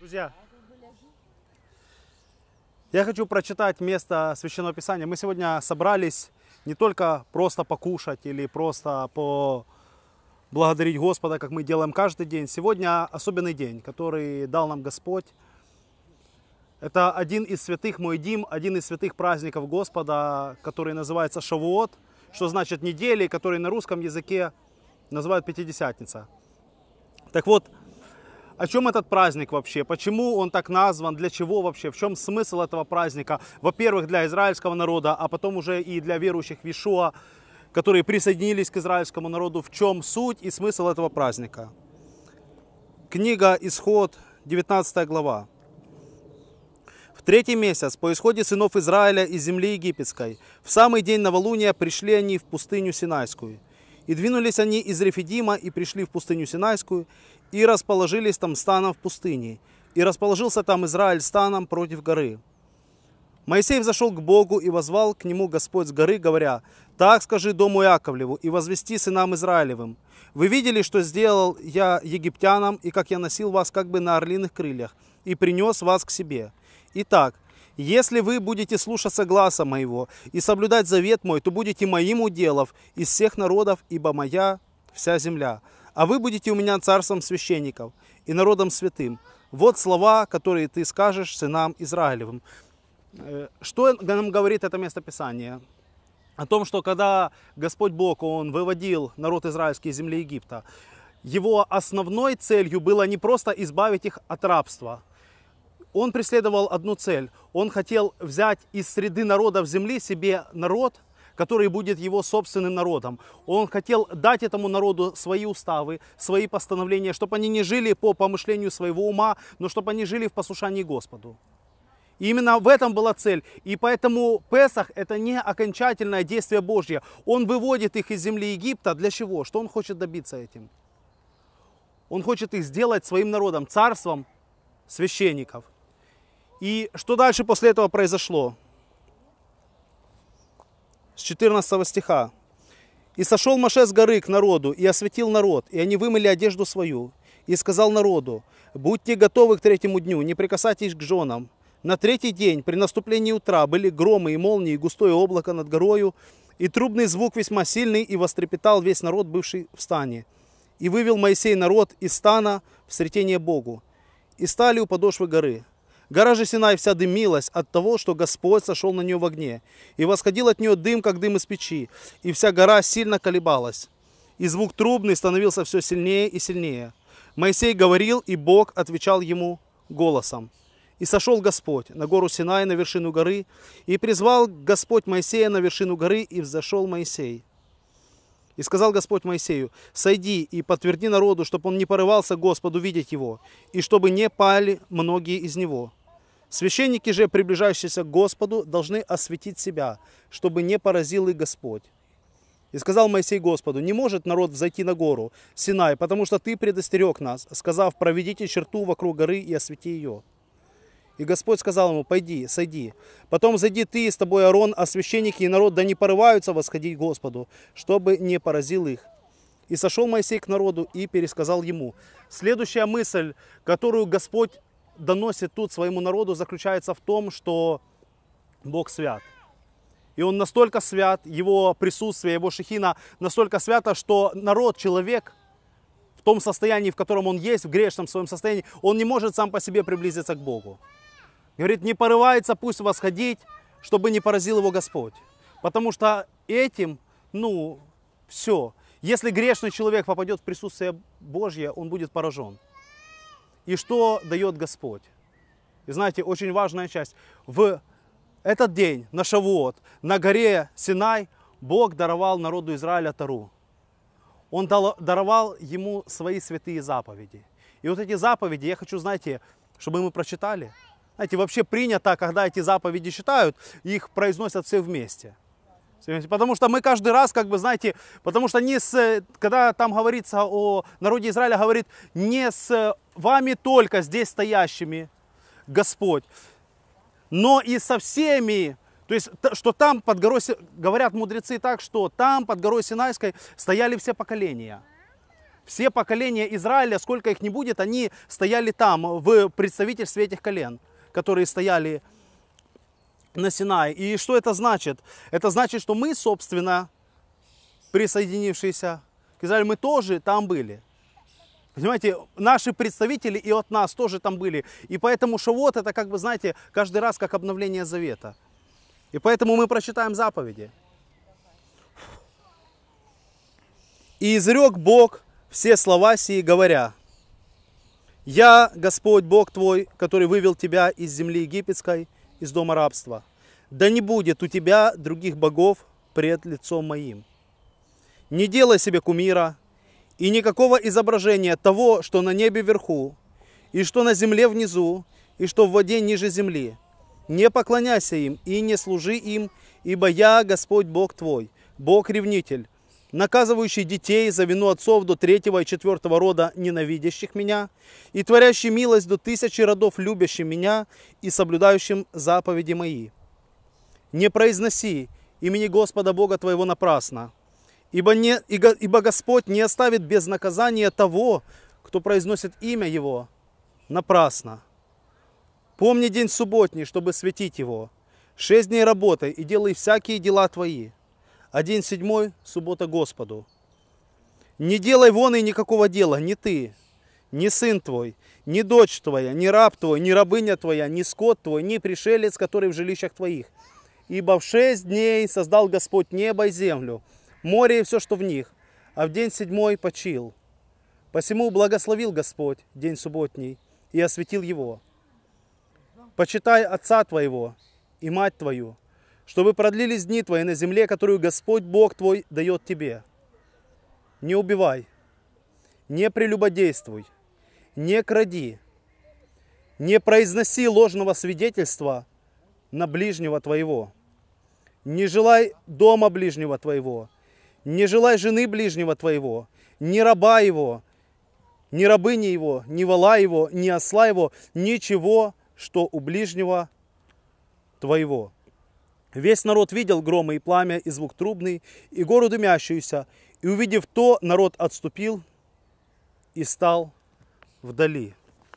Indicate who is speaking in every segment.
Speaker 1: Друзья, я хочу прочитать место Священного Писания. Мы сегодня собрались не только просто покушать или просто поблагодарить Господа, как мы делаем каждый день. Сегодня особенный день, который дал нам Господь. Это один из святых Моэдим, один из святых праздников Господа, который называется Шавуот, что значит недели, который на русском языке называют Пятидесятница. Так вот, о чем этот праздник вообще? Почему он так назван? Для чего вообще? В чем смысл этого праздника? Во-первых, для израильского народа, а потом уже и для верующих в Иешуа, которые присоединились к израильскому народу. В чем суть и смысл этого праздника? Книга Исход, 19 глава. В третий месяц по исходе сынов Израиля из земли египетской, в самый день новолуния пришли они в пустыню Синайскую. И двинулись они из Рефидима и пришли в пустыню Синайскую, и расположились там станом в пустыне. И расположился там Израиль станом против горы. Моисей взошел к Богу, и возвал к нему Господь с горы, говоря: «Так скажи дому Иаковлеву, и возвести сынам Израилевым: вы видели, что сделал я египтянам, и как я носил вас как бы на орлиных крыльях, и принес вас к себе. Итак, если вы будете слушаться гласа моего и соблюдать завет мой, то будете моим уделом из всех народов, ибо моя вся земля. А вы будете у меня царством священников и народом святым. Вот слова, которые ты скажешь сынам Израилевым». Что нам говорит это местописание? О том, что когда Господь Бог, Он выводил народ израильский из земли Египта, Его основной целью было не просто избавить их от рабства. Он преследовал одну цель. Он хотел взять из среды народов земли себе народ, который будет его собственным народом. Он хотел дать этому народу свои уставы, свои постановления, чтобы они не жили по помышлению своего ума, но чтобы они жили в послушании Господу. И именно в этом была цель. И поэтому Песах – это не окончательное действие Божье. Он выводит их из земли Египта. Для чего? Что он хочет добиться этим? Он хочет их сделать своим народом, царством священников. И что дальше после этого произошло? С 14 стиха. «И сошел Моше с горы к народу, и осветил народ, и они вымыли одежду свою. И сказал народу: будьте готовы к третьему дню, не прикасайтесь к женам. На третий день, при наступлении утра, были громы и молнии, и густое облако над горою, и трубный звук весьма сильный, и вострепетал весь народ, бывший в стане. И вывел Моисей народ из стана в сретение Богу. И стали у подошвы горы. Гора же Синай вся дымилась от того, что Господь сошел на нее в огне. И восходил от нее дым, как дым из печи. И вся гора сильно колебалась. И звук трубный становился все сильнее и сильнее. Моисей говорил, и Бог отвечал ему голосом. И сошел Господь на гору Синай, на вершину горы. И призвал Господь Моисея на вершину горы, и взошел Моисей. И сказал Господь Моисею: сойди и подтверди народу, чтобы он не порывался к Господу видеть его, и чтобы не пали многие из него. Священники же, приближающиеся к Господу, должны осветить себя, чтобы не поразил их Господь. И сказал Моисей Господу: не может народ взойти на гору Синай, потому что ты предостерег нас, сказав: проведите черту вокруг горы и освети ее. И Господь сказал ему: пойди, сойди. Потом зайди ты и с тобой Аарон, а священники и народ да не порываются восходить к Господу, чтобы не поразил их. И сошел Моисей к народу и пересказал ему. Следующая мысль, которую Господь доносит тут своему народу, заключается в том, что Бог свят. И Он настолько свят, Его присутствие, Его шехина настолько свято, что народ, человек, в том состоянии, в котором он есть, в грешном своем состоянии, он не может сам по себе приблизиться к Богу. Говорит, не порывается пусть восходить, чтобы не поразил его Господь. Потому что этим, все. Если грешный человек попадет в присутствие Божье, он будет поражен. И что дает Господь? И знаете, очень важная часть. В этот день, на Шавуот, на горе Синай, Бог даровал народу Израиля Тору. Он даровал ему свои святые заповеди. И вот эти заповеди, я хочу, знаете, чтобы мы прочитали. Знаете, вообще принято, когда эти заповеди читают, их произносят все вместе. Потому что мы каждый раз, потому что когда там говорится о народе Израиля, говорит, не с вами только здесь стоящими Господь, но и со всеми. То есть, что там под горой, говорят мудрецы так, что там под горой Синайской стояли все поколения. Все поколения Израиля, сколько их не будет, они стояли там, в представительстве этих колен, которые стояли на Синае. И что это значит? Это значит, что мы, собственно, присоединившиеся к Израилю, мы тоже там были. Понимаете, наши представители и от нас тоже там были. И поэтому Шавуот это, как бы, знаете, каждый раз как обновление завета. И поэтому мы прочитаем заповеди. «И изрек Бог все слова сии, говоря: Я, Господь Бог твой, который вывел тебя из земли египетской, из дома рабства. Да не будет у тебя других богов пред лицом моим. Не делай себе кумира, и никакого изображения того, что на небе вверху, и что на земле внизу, и что в воде ниже земли. Не поклоняйся им и не служи им, ибо я, Господь Бог твой, Бог-ревнитель, наказывающий детей за вину отцов до 3-го и 4-го рода, ненавидящих меня, и творящий милость до 1000 родов, любящим меня и соблюдающим заповеди мои. Не произноси имени Господа Бога твоего напрасно, ибо Господь не оставит без наказания того, кто произносит имя Его напрасно. Помни день субботний, чтобы светить его. 6 дней работай и делай всякие дела твои. А день 7 – суббота Господу. Не делай вон и никакого дела, ни ты, ни сын твой, ни дочь твоя, ни раб твой, ни рабыня твоя, ни скот твой, ни пришелец, который в жилищах твоих. Ибо в 6 дней создал Господь небо и землю, море и все, что в них, а в день 7 почил. Посему благословил Господь день субботний и осветил его. Почитай отца твоего и мать твою, чтобы продлились дни твои на земле, которую Господь Бог твой дает тебе. Не убивай, не прелюбодействуй, не кради, не произноси ложного свидетельства на ближнего твоего. Не желай дома ближнего твоего, не желай жены ближнего твоего, ни раба его, ни рабыни его, ни вола его, ни осла его, ничего, что у ближнего твоего. Весь народ видел громы и пламя, и звук трубный, и гору дымящуюся, и, увидев то, народ отступил и стал вдали».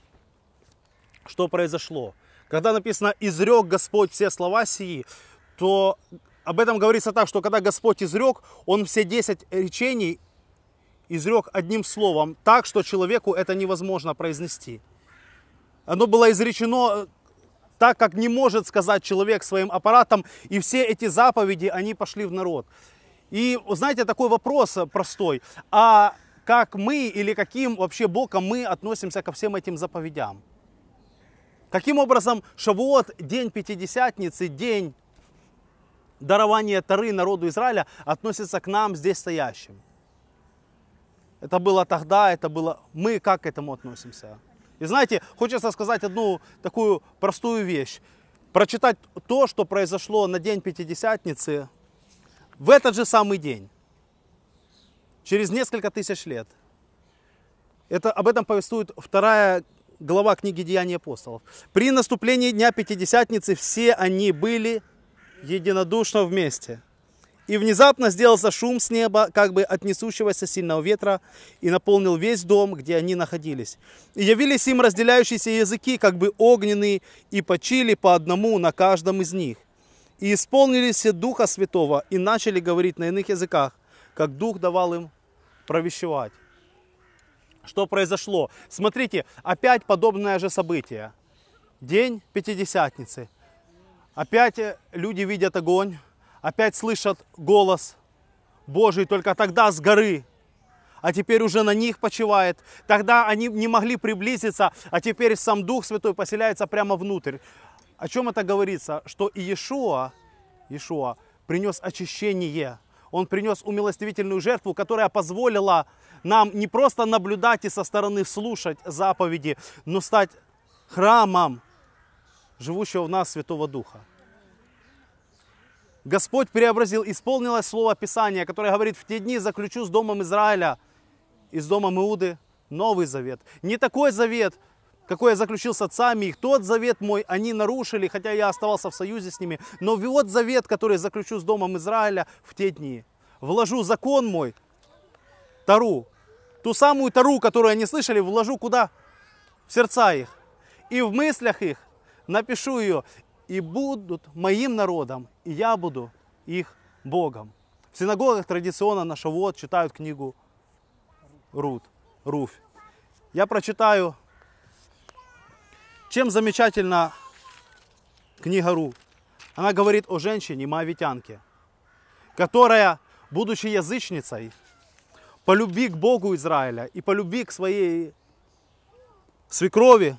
Speaker 1: Что произошло? Когда написано «изрек Господь все слова сии», то об этом говорится так, что когда Господь изрек, Он все 10 речений изрек одним словом, так, что человеку это невозможно произнести. Оно было изречено так, как не может сказать человек своим аппаратом, и все эти заповеди, они пошли в народ. И, знаете, такой вопрос простой. А как мы или каким вообще боком мы относимся ко всем этим заповедям? Каким образом Шавуот, день Пятидесятницы, день дарования Торы народу Израиля относится к нам здесь стоящим? Это было тогда, это было... Мы как к этому относимся? И знаете, хочется сказать одну такую простую вещь. Прочитать то, что произошло на день Пятидесятницы в этот же самый день, через несколько тысяч лет. Об этом повествует 2 глава книги «Деяния апостолов». При наступлении дня Пятидесятницы все они были единодушно вместе. И внезапно сделался шум с неба, как бы от несущегося сильного ветра, и наполнил весь дом, где они находились. И явились им разделяющиеся языки, как бы огненные, и почили по одному на каждом из них. И исполнились все Духа Святого, и начали говорить на иных языках, как Дух давал им провещевать. Что произошло? Смотрите, опять подобное же событие. День Пятидесятницы. Опять люди видят огонь. Опять слышат голос Божий, только тогда с горы, а теперь уже на них почивает. Тогда они не могли приблизиться, а теперь сам Дух Святой поселяется прямо внутрь. О чем это говорится? Что и Иешуа принес очищение. Он принес умилостивительную жертву, которая позволила нам не просто наблюдать и со стороны слушать заповеди, но стать храмом живущего в нас Святого Духа. Господь преобразил, исполнилось слово Писания, которое говорит: в те дни заключу с домом Израиля и с домом Иуды новый завет. Не такой завет, какой я заключил с отцами их. Тот завет мой они нарушили, хотя я оставался в союзе с ними. Но вот завет, который я заключу с домом Израиля в те дни. Вложу закон мой, Тору, ту самую Тору, которую они слышали, вложу куда? В сердца их. И в мыслях их напишу ее. И будут моим народом, и я буду их Богом. В синагогах традиционно на Шавуот читают книгу Руфь. Я прочитаю, чем замечательна книга Руфь. Она говорит о женщине, моавитянке, которая, будучи язычницей, по любви к Богу Израиля и по любви к своей свекрови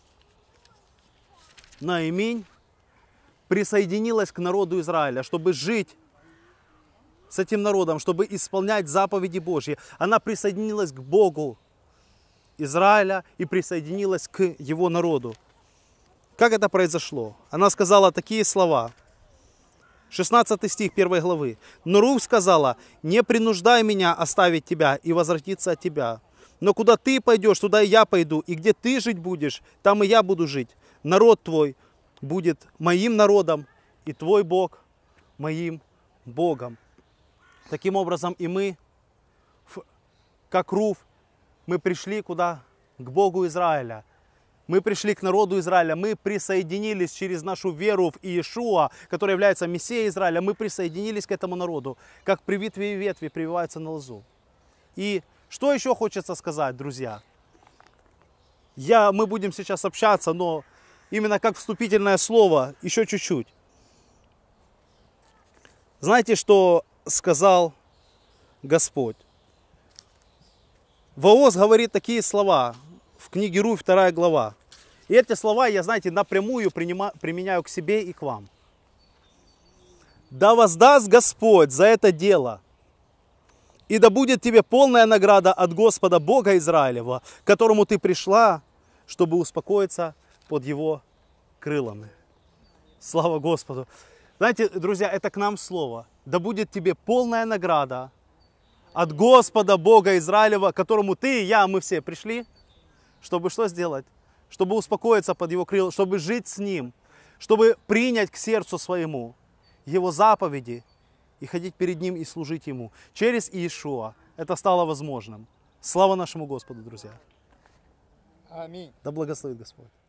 Speaker 1: Наиминь, присоединилась к народу Израиля, чтобы жить с этим народом, чтобы исполнять заповеди Божьи. Она присоединилась к Богу Израиля и присоединилась к его народу. Как это произошло? Она сказала такие слова. 16 стих 1 главы. «Но Руфь сказала, не принуждай меня оставить тебя и возвратиться от тебя. Но куда ты пойдешь, туда и я пойду, и где ты жить будешь, там и я буду жить. Народ твой будет моим народом, и твой Бог моим Богом». Таким образом и мы, как Руфь, мы пришли куда? К Богу Израиля. Мы пришли к народу Израиля, мы присоединились через нашу веру в Иешуа, который является Мессией Израиля, мы присоединились к этому народу, как привитые ветви прививаются на лозу. И что еще хочется сказать, друзья? Мы будем сейчас общаться, но именно как вступительное слово, еще чуть-чуть. Знаете, что сказал Господь? Вооз говорит такие слова в книге Руфь, 2 глава. И эти слова я, знаете, напрямую применяю к себе и к вам. «Да воздаст Господь за это дело, и да будет тебе полная награда от Господа Бога Израилева, к которому ты пришла, чтобы успокоиться под его крылами». Слава Господу! Знаете, друзья, это к нам слово. «Да будет тебе полная награда от Господа Бога Израилева, к которому ты и я, мы все пришли, чтобы что сделать? Чтобы успокоиться под его крылья, чтобы жить с ним, чтобы принять к сердцу своему его заповеди и ходить перед ним и служить ему. Через Иешуа это стало возможным. Слава нашему Господу, друзья!
Speaker 2: Аминь.
Speaker 1: Да благословит Господь!